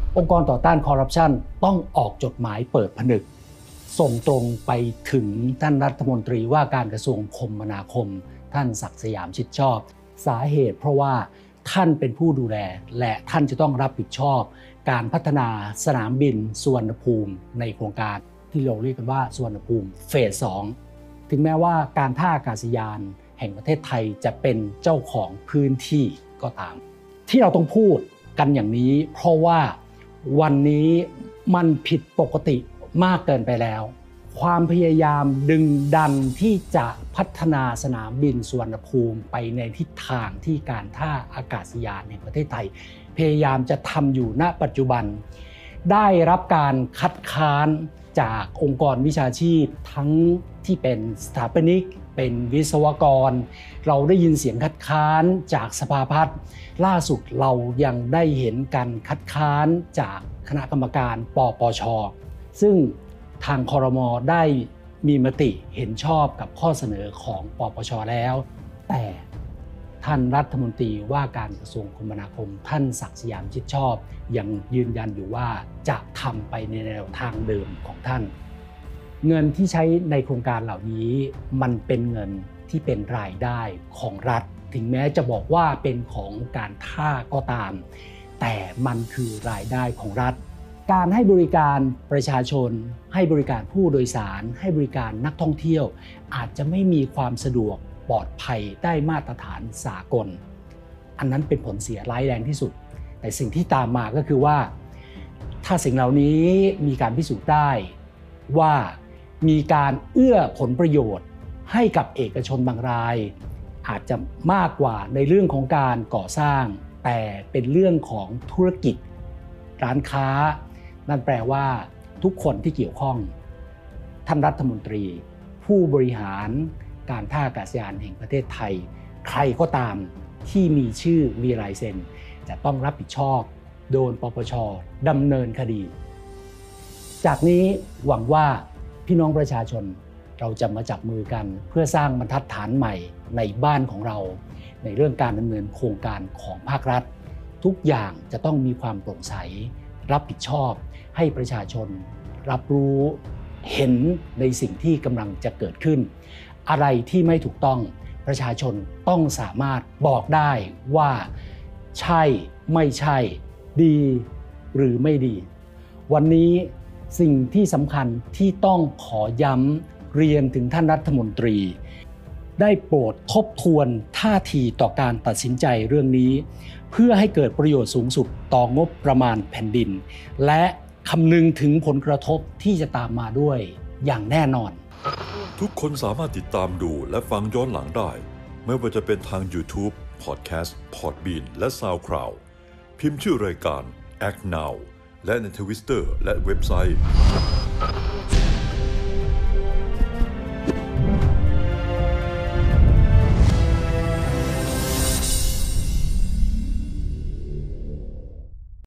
องค์กรต่อต้านคอร์รัปชันต้องออกจดหมายเปิดผนึกส่งตรงไปถึงท่านรัฐมนตรีว่าการกระทรวงคมนาคมท่านศักดิ์สยามชิดชอบสาเหตุเพราะว่าท่านเป็นผู้ดูแลและท่านจะต้องรับผิดชอบการพัฒนาสนามบินสุวรรณภูมิในโครงการที่เราเรียกกันว่าสุวรรณภูมิเฟส 2ถึงแม้ว่าการท่าอากาศยานแห่งประเทศไทยจะเป็นเจ้าของพื้นที่ก็ตามที่เราต้องพูดกันอย่างนี้เพราะว่าวันนี้มันผิดปกติมากเกินไปแล้วความพยายามดึงดันที่จะพัฒนาสนามบินสุวรรณภูมิไปในทิศทางที่การท่าอากาศยานแห่งประเทศไทยพยายามจะทำอยู่ณปัจจุบันได้รับการคัดค้านจากองค์กรวิชาชีพทั้งที่เป็นสถาปนิกเป็นวิศวกรเราได้ยินเสียงคัดค้านจากสภาพัฒน์ล่าสุดเรายังได้เห็นการคัดค้านจากคณะกรรมการปปช.ซึ่งทางครม.ได้มีมติเห็นชอบกับข้อเสนอของปปช.แล้วแต่ท่านรัฐมนตรีว่าการกระทรวงคมนาคมท่านศักดิ์สยามชิดชอบยังยืนยันอยู่ว่าจะทำไปในแนวทางเดิมของท่านเงินที่ใช้ในโครงการเหล่านี้มันเป็นเงินที่เป็นรายได้ของรัฐถึงแม้จะบอกว่าเป็นของการท่าก็ตามแต่มันคือรายได้ของรัฐการให้บริการประชาชนให้บริการผู้โดยสารให้บริการนักท่องเที่ยวอาจจะไม่มีความสะดวกปลอดภัยได้มาตรฐานสากลอันนั้นเป็นผลเสียร้ายแรงที่สุดแต่สิ่งที่ตามมาก็คือว่าถ้าสิ่งเหล่านี้มีการพิสูจน์ได้ว่ามีการเอื้อผลประโยชน์ให้กับเอกชนบางรายอาจจะมากกว่าในเรื่องของการก่อสร้างแต่เป็นเรื่องของธุรกิจร้านค้านั่นแปลว่าทุกคนที่เกี่ยวข้องท่านรัฐมนตรีผู้บริหารการท่าอากาศยานแห่งประเทศไทยใครก็ตามที่มีชื่อมีลายเซ็นจะต้องรับผิดชอบโดนปปช.ดำเนินคดีจากนี้หวังว่าพี่น้องประชาชนเราจะมาจับมือกันเพื่อสร้างบรรทัดฐานใหม่ในบ้านของเราในเรื่องการดำเนินโครงการของภาครัฐทุกอย่างจะต้องมีความโปร่งใสรับผิดชอบให้ประชาชนรับรู้เห็นในสิ่งที่กำลังจะเกิดขึ้นอะไรที่ไม่ถูกต้องประชาชนต้องสามารถบอกได้ว่าใช่ไม่ใช่ดีหรือไม่ดีวันนี้สิ่งที่สำคัญที่ต้องขอย้ำเรียนถึงท่านรัฐมนตรีได้โปรดทบทวนท่าทีต่อการตัดสินใจเรื่องนี้เพื่อให้เกิดประโยชน์สูงสุดต่องบประมาณแผ่นดินและคำนึงถึงผลกระทบที่จะตามมาด้วยอย่างแน่นอนทุกคนสามารถติดตามดูและฟังย้อนหลังได้ไม่ว่าจะเป็นทาง YouTube, Podcast, Podbean และ SoundCloud พิมพ์ชื่อรายการ Act Now และใน Twitter และเว็บไซต์